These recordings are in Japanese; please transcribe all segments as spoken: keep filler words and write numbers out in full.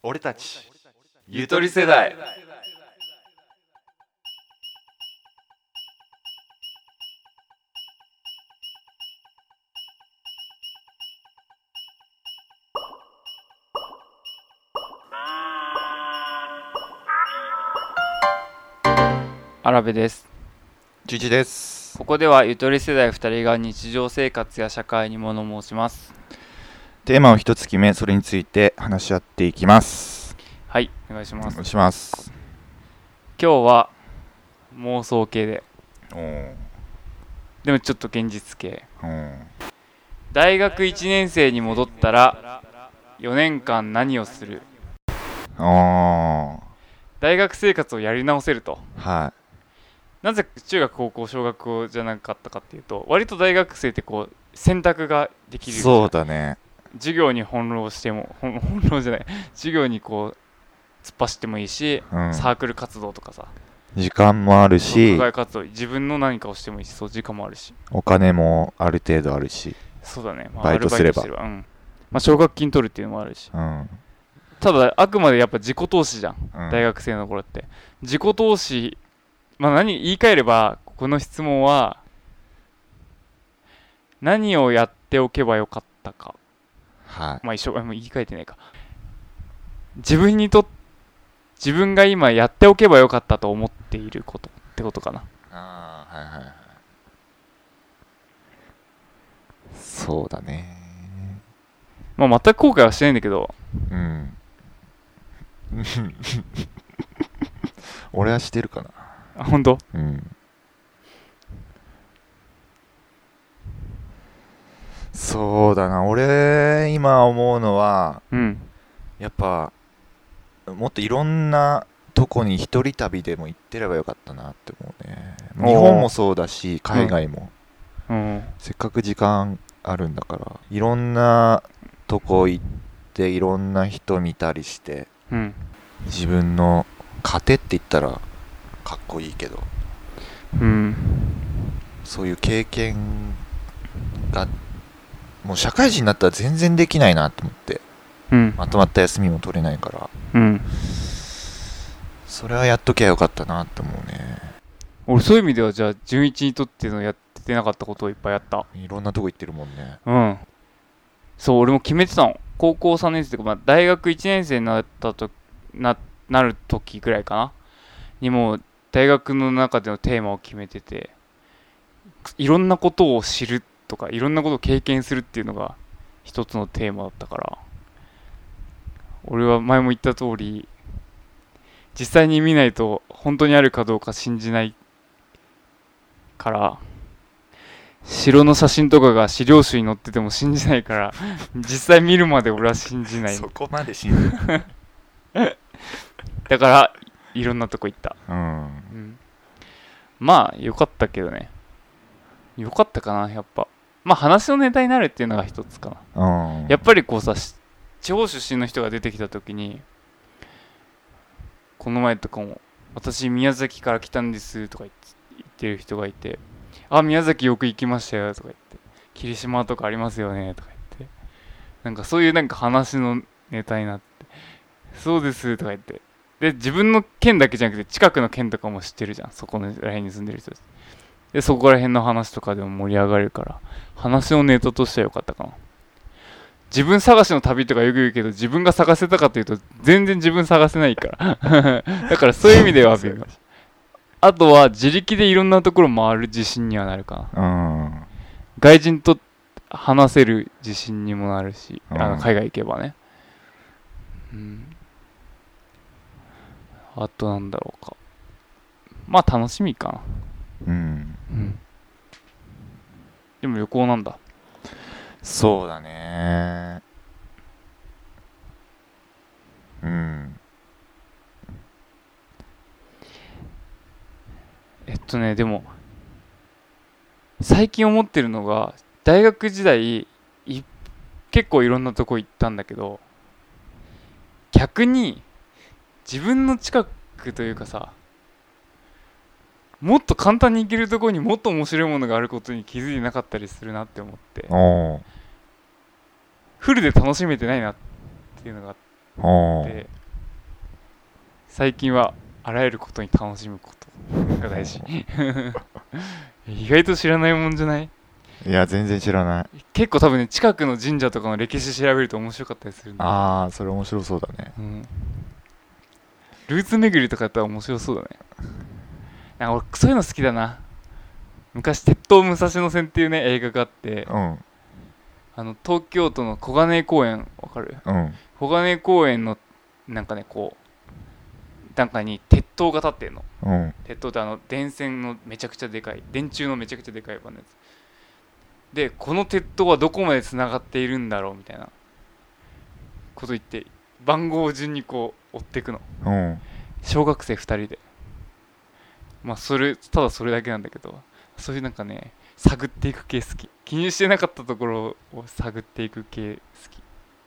俺たちゆとり世代。 荒部です。 じゅういちです。 ここではゆとり世代ふたりが日常生活や社会に物申します。 テーマを一つ決め、それについて話し合っていきます。 はい、お願いします。 お願いします。 今日は妄想系で、 おーでもちょっと現実系。 おー大学いちねん生に戻ったらよねんかん何をする？ おー大学生活をやり直せると。 はい。 なぜ中学高校小学校じゃなかったかっていうと、割と大学生ってこう選択ができる。 そうだね。 授業に翻弄しても翻弄じゃない授業にこう突っ走ってもいいし、うん、サークル活動とかさ、 時間もあるし、 課外活動、自分の何かをしてもいいし、そう時間もあるし、 お金もある程度あるし、 そうだね、まあ、 バイトすれば、 アルバイトすれば、うん、まあ、奨学金取るっていうのもあるし、 うん、 ただあくまでやっぱ自己投資じゃん、 うん、 大学生の頃って自己投資。まあ何言い換えれば、この質問は何をやっておけばよかったか、 はい、 まあ一緒、もう言い換えてないか。自分にと自分が今やっておけばよかったと思っていることってことかな。 ああ、はいはいはい。そうだね。 まあ全く後悔はしてないんだけど。 うん。俺はしてるかな。 あ、本当？ うん。そうだな。俺今思うのは、 うん、 やっぱもっといろんなとこに一人旅でも行ってればよかったなって思うね。日本もそうだし海外も、 うんうん、 せっかく時間あるんだからいろんなとこ行っていろんな人見たりして、 うん、 自分の糧って言ったらかっこいいけど、 うん、 そういう経験がもう社会人になったら全然できないなと思って、 うん、 まとまった休みも取れないから、 うん、 それはやっときゃよかったなって思うね。 俺そういう意味ではじゃあ純一にとってのやってなかったことをいっぱいやった。 いろんなとこ行ってるもんね。 うん、そう、俺も決めてたの。高校さんねん生とか、まあ、大学いちねん生になったと な, なる時ぐらいかなにもう大学の中でのテーマを決めてて、いろんなことを知るとかいろんなことを経験するっていうのが一つのテーマだったから、俺は前も言った通り実際に見ないと本当にあるかどうか信じないから、城の写真とかが資料集に載ってても信じないから実際見るまで俺は信じない。 そこまで信じないだからいろんなとこ行った、 うんうん、 まあよかったけどね。よかったかな、やっぱ。まあ話のネタになるっていうのが一つかな、うん、やっぱりこうさ、地方出身の人が出てきた時に、この前とかも私宮崎から来たんですとか言って、言ってる人がいて、あ、宮崎よく行きましたよとか言って、霧島とかありますよねとか言って、なんかそういうなんか話のネタになって、そうですとか言って、で自分の県だけじゃなくて近くの県とかも知ってるじゃん、そこら辺に住んでる人で、そこら辺の話とかでも盛り上がるから、話のネタとしては良かったかな。自分探しの旅とかよく言うけど、自分が探せたかというと全然自分探せないからだからそういう意味では微妙。あとは自力でいろんなところ回る自信にはなるかな、うん、外人と話せる自信にもなるし、あの海外行けばね、うん、あとなんだろうか、まあ楽しみかな、うんうん、でも旅行なんだ。 そうだね。うんえっとねでも最近思ってるのが、大学時代い結構いろんなとこ行ったんだけど、逆に自分の近くというかさ、もっと簡単に行けるところにもっと面白いものがあることに気づいてなかったりするなって思って、フルで楽しめてないなっていうのがあっおーで最近はあらゆることに楽しむことが大事意外と知らないもんじゃない？ いや全然知らない。 結構多分ね近くの神社とかの歴史調べると面白かったりするんだよ。 ああそれ面白そうだね。 うん、ルーツ巡りとかやったら面白そうだね。なんか俺そういうの好きだな。昔鉄塔武蔵野線っていうね映画があって、 うんあの東京都の小金井公園わかる？ うん小金井公園のなんかねこう中に鉄塔が立ってんの。 うん鉄塔ってあの電線のめちゃくちゃでかい電柱のめちゃくちゃでかい版のやつで、この鉄塔はどこまでつながっているんだろうみたいなこと言って番号を順にこう追っていくの。 うん小学生ふたりで、まあそれただそれだけなんだけど、そういうなんかね探っていく系好き。気にしてなかったところを探っていく系好き。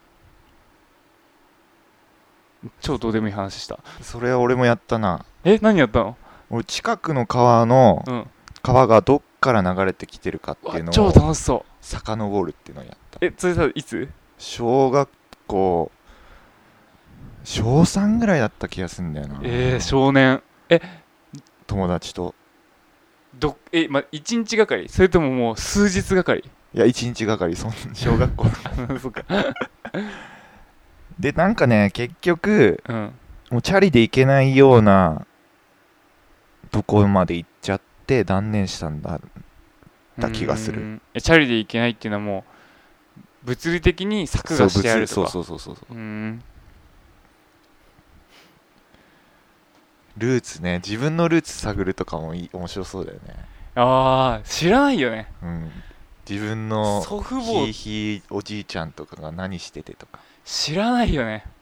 超どうでもいい話した。 それは俺もやったな。 え何やったの？ 俺近くの川のうん川がどっから流れてきてるかっていうの超を楽しそう。 遡るっていうのをやった。 えそれさいつ？ 小学校小さんぐらいだった気がするんだよな。 えー、少年え友達と。 どえまいちにちがかりそれとももう数日がかり？ いやいちにちがかり。そん小学校そうかでなんかね結局うんもうチャリで行けないようなとこまで行っちゃって断念したんだった気がする。 うーんえチャリで行けないっていうのはもう物理的に柵がしてあるとか。 そうそうそうそうそう。 うーんルーツね、自分のルーツ探るとかもいい面白そうだよね。 あー知らないよね。 うん自分の祖父ひ母いひいおじいちゃんとかが何しててとか。 知らないよね。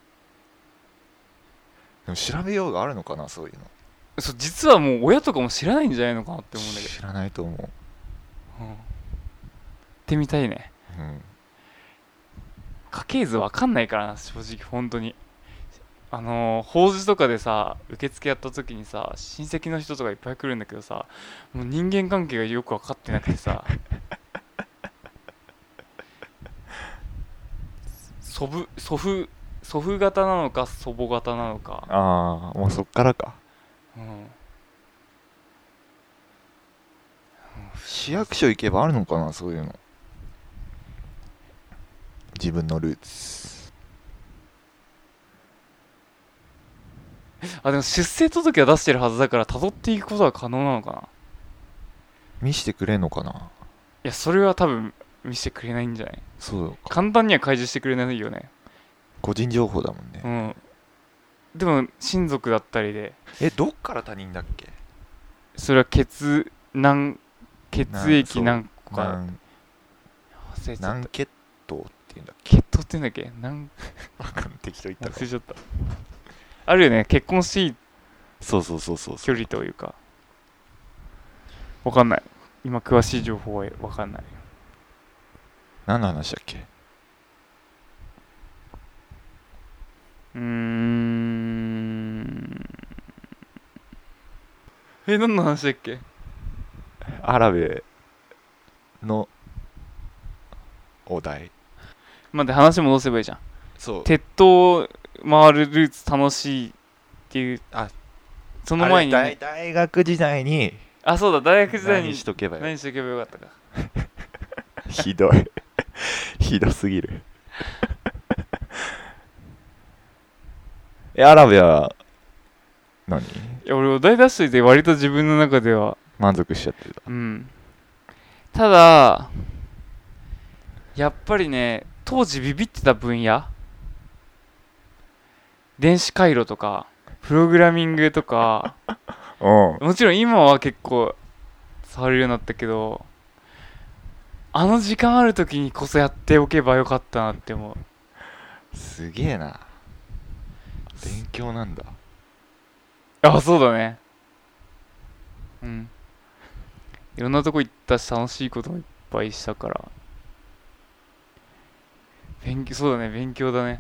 でも調べようがあるのかなそういうの。 そう実はもう親とかも知らないんじゃないのかなって思うんだけど。 知らないと思う。 うん、行ってみたいね。 うん家系図わかんないからな正直本当に。あのー、法事とかでさ受付やった時にさ親戚の人とかいっぱい来るんだけどさ、もう人間関係がよく分かってなくてさ祖父祖父祖父方なのか祖母方なのか。 ああもうそっからか。 うん市役所行けばあるのかなそういうの。自分のルーツ。 あでも出生届は出してるはずだから辿っていくことは可能なのかな。 見してくれんのかな。 いやそれは多分見せてくれないんじゃない？ そうか。 簡単には開示してくれないよね。 個人情報だもんね。 うんでも親族だったりで、 えどっから他人だっけ。 それは血何血液な何個かなん忘れちゃった。 軟血糖っていうんだっけ。 血糖って言うんだっけ？何わかんない適当言ったか忘れちゃった。あるよね結婚していいそうそうそうそうそう。 距離というか。わかんない今詳しい情報はわかんない。 何の話だっけ。 うーんえ何の話だっけ。 アラベのお題。 まで話戻せばいいじゃん。 そう鉄塔回るルーツ楽しいっていう。 あその前に、 あれね、 大大学時代にあそうだ大学時代に何しとけばよ。 何しとけばよかったか。 ひどいひどすぎるえアラベは何いや俺お題出しといて割と自分の中では満足しちゃってる。 うんただやっぱりね当時ビビってた分野、電子回路とかプログラミングとかうんもちろん今は結構触れるようになったけど、あの時間ある時にこそやっておけばよかったなって思う。 すげえな。勉強なんだ。 あそうだね。うんいろんなとこ行ったし楽しいこともいっぱいしたから、勉強そうだね勉強だね。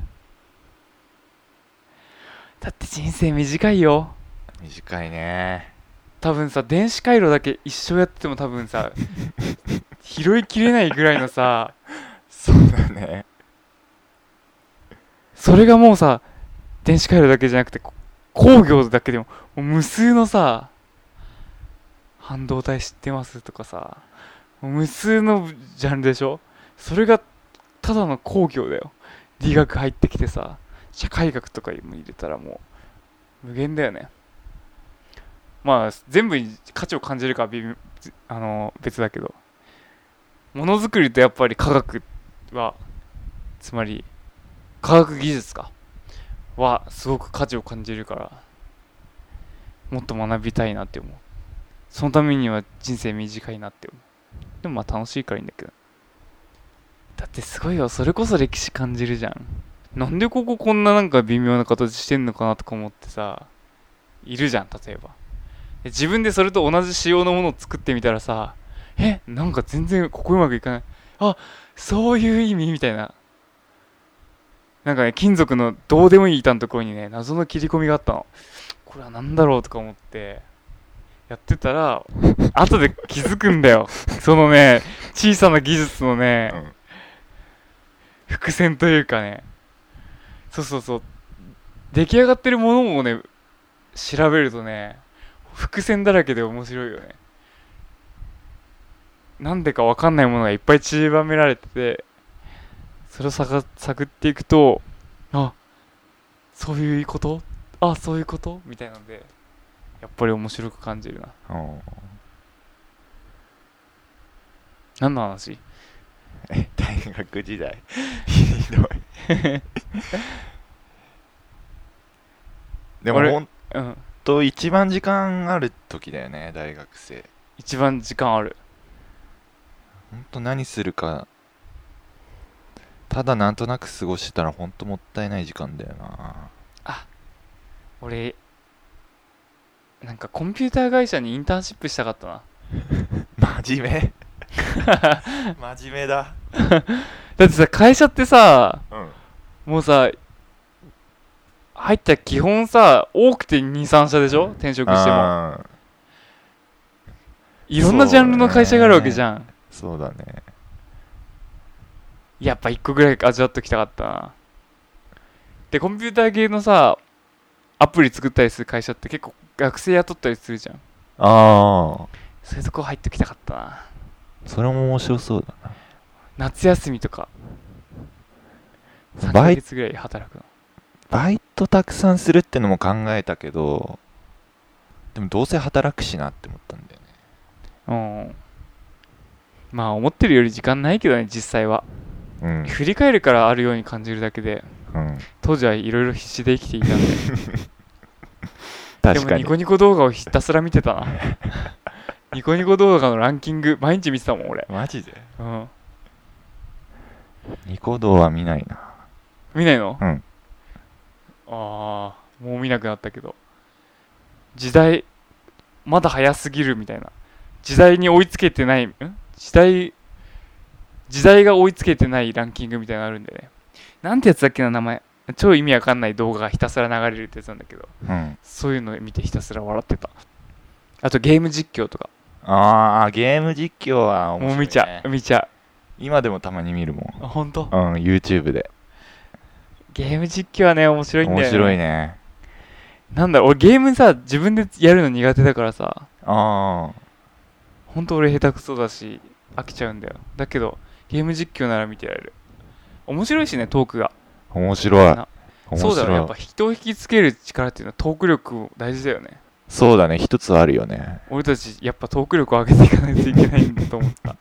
だって人生短いよ。 短いね。 多分さ電子回路だけ一生やってても多分さ拾いきれないぐらいのさそうだね。 それがもうさ電子回路だけじゃなくてこ工業だけでももう無数のさ半導体知ってますとかさもう無数のジャンルでしょ。それがただの工業だよ。理学入ってきてさ社会学とかも入れたらもう無限だよね。まあ全部に価値を感じるかは微妙あの別だけどものづくりとやっぱり科学はつまり科学技術かはすごく価値を感じるからもっと学びたいなって思う。そのためには人生短いなって思う。でもまあ楽しいからいいんだけど。だってすごいよ、それこそ歴史感じるじゃん。なんでこここんななんか微妙な形してんのかなとか思ってさいるじゃん。例えば自分でそれと同じ仕様のものを作ってみたらさえなんか全然ここうまくいかない、あそういう意味みたいな。なんかね金属のどうでもいい板のところにね謎の切り込みがあったの。これは何だろうとか思ってやってたら後で気づくんだよそのね小さな技術のね、うん、伏線というかね。そうそうそう出来上がってるものもね調べるとね伏線だらけで面白いよね。なんでか分かんないものがいっぱい散りばめられててそれを探探っていくとあそういうことあそういうことみたいなのでやっぱり面白く感じるな。何の話？ え大学時代ひどいでもほんと一番時間ある時だよね大学生。 一番時間ある。 ほんと何するかただなんとなく過ごしてたらほんともったいない時間だよな。 あ俺なんかコンピューター会社にインターンシップしたかったな真面目真面目だだってさ会社ってさ、 うん、 もうさ入ったら基本さ多くて にさん 社でしょ転職しても。いろんなジャンルの会社があるわけじゃん。 そうだね。 やっぱいっこぐらい味わっときたかったな。でコンピューター系のさアプリ作ったりする会社って結構学生雇ったりするじゃん。 ああそういうとこ入っときたかったな。 それも面白そうだな。 夏休みとかさんかげつぐらい働くの。 バイトたくさんするってのも考えたけどでもどうせ働くしなって思ったんだよね。うんまあ思ってるより時間ないけどね実際は、うん、振り返るからあるように感じるだけで、うん、当時はいろいろ必死で生きていたんで確かに。でもニコニコ動画をひたすら見てたなニコニコ動画のランキング毎日見てたもん俺。 マジで？ うん。 ニコ動は見ないな。 見ないの？ うん。 ああもう見なくなったけど時代まだ早すぎるみたいな。時代に追いつけてないん時代時代が追いつけてないランキングみたいなのあるんだよね。なんてやつだっけな名前。超意味わかんない動画がひたすら流れるってやつなんだけど、うん、そういうのを見てひたすら笑ってた。あとゲーム実況とか。 ああゲーム実況は面白いね。 もう見ちゃう見ちゃう。 今でもたまに見るもん。 あ本当？ うん YouTube で。 ゲーム実況はね面白いんだよね。 面白いね。 なんだろう俺ゲームさ自分でやるの苦手だからさ。ああ。 ほんと俺下手くそだし飽きちゃうんだよ。だけどゲーム実況なら見てられる。面白いしねトークが。 面白い。 そうだよねやっぱ人を引きつける力っていうのはトーク力大事だよね。 そうだね一つあるよね。 俺たちやっぱトーク力を上げていかないといけないんだと思った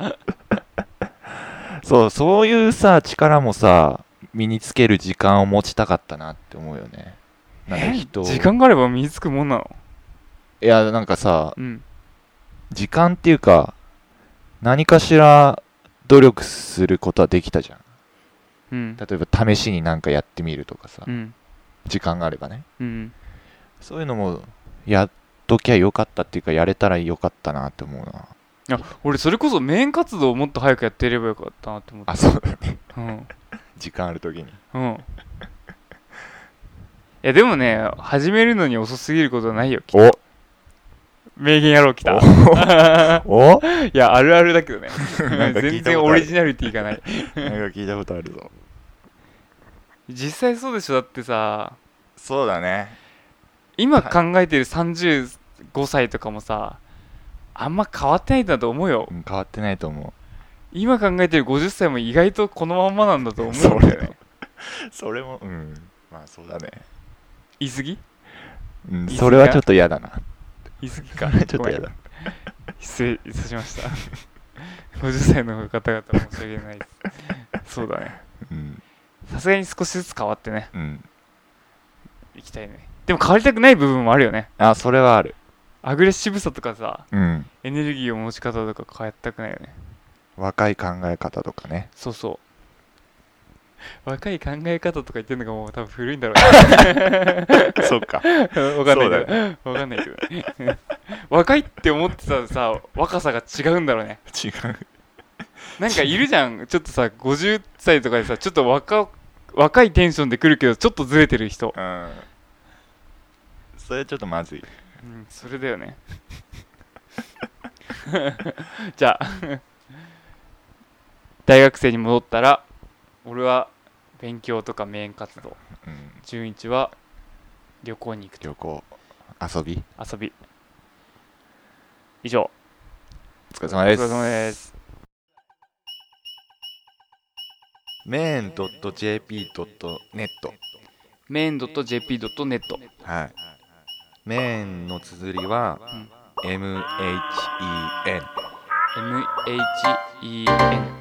そうそういうさ力もさ身につける時間を持ちたかったなって思うよね。なんか人時間があれば身につくもんなの？ いやなんかさ、 うん、 時間っていうか何かしら努力することはできたじゃん、うん、例えば試しになんかやってみるとかさ、うん、時間があればね、うん、そういうのもやっときゃよかったっていうかやれたらよかったなって思うな。 いや俺それこそメイン活動をもっと早くやっていればよかったなって思って。 あそうだね、 うん、 時間あるときにうんいやでもね始めるのに遅すぎることはないよきっと。お名言やろうきたおおいやあるあるだけどね全然オリジナリティがないなんか聞いたことあるぞ。 実際そうでしょ。だってさそうだね。 今考えてるさんじゅうごさいとかもさ、あんま変わってないんだと思うよ、 うん、変わってないと思う。 今考えてるごじゅっさいも意外とこのまんまなんだと思うんだよね。 それもうんまあそうだね。 言い過ぎ？ うん、それはちょっと嫌だな。 言い過ぎかちょっと嫌だ。 失礼いたしましたごじゅっさいの方々申し訳ないです。そうだね。さすがに少しずつ変わってね、うん、いきたいね。でも変わりたくない部分もあるよね。 あ、それはある。 アグレッシブさとかさ、 うん、 エネルギーを持ち方とか変えたくないよね。 若い考え方とかね。 そうそう、若い考え方とか言ってるのがもう多分古いんだろうねそうかわかんないけど、ね、わかんないけどね若いって思ってたさ若さが違うんだろうね。 違うなんかいるじゃん、ちょっとさごじゅっさいとかでさちょっと若若いテンションで来るけどちょっとずれてる人、うん、 それちょっとまずい、 うん、それだよねじゃあ大学生に戻ったら俺は勉強とかメイン活動、うん、純一は旅行に行くと。 旅行、遊び遊び。以上、 お疲れ様です。 お疲れ様です。 メーン ドットジェーピー ドットネットメーン ドットジェーピー ドットネット、 はい。メーンの綴りは、うん、エムエイチイーエヌエムエイチイーエヌ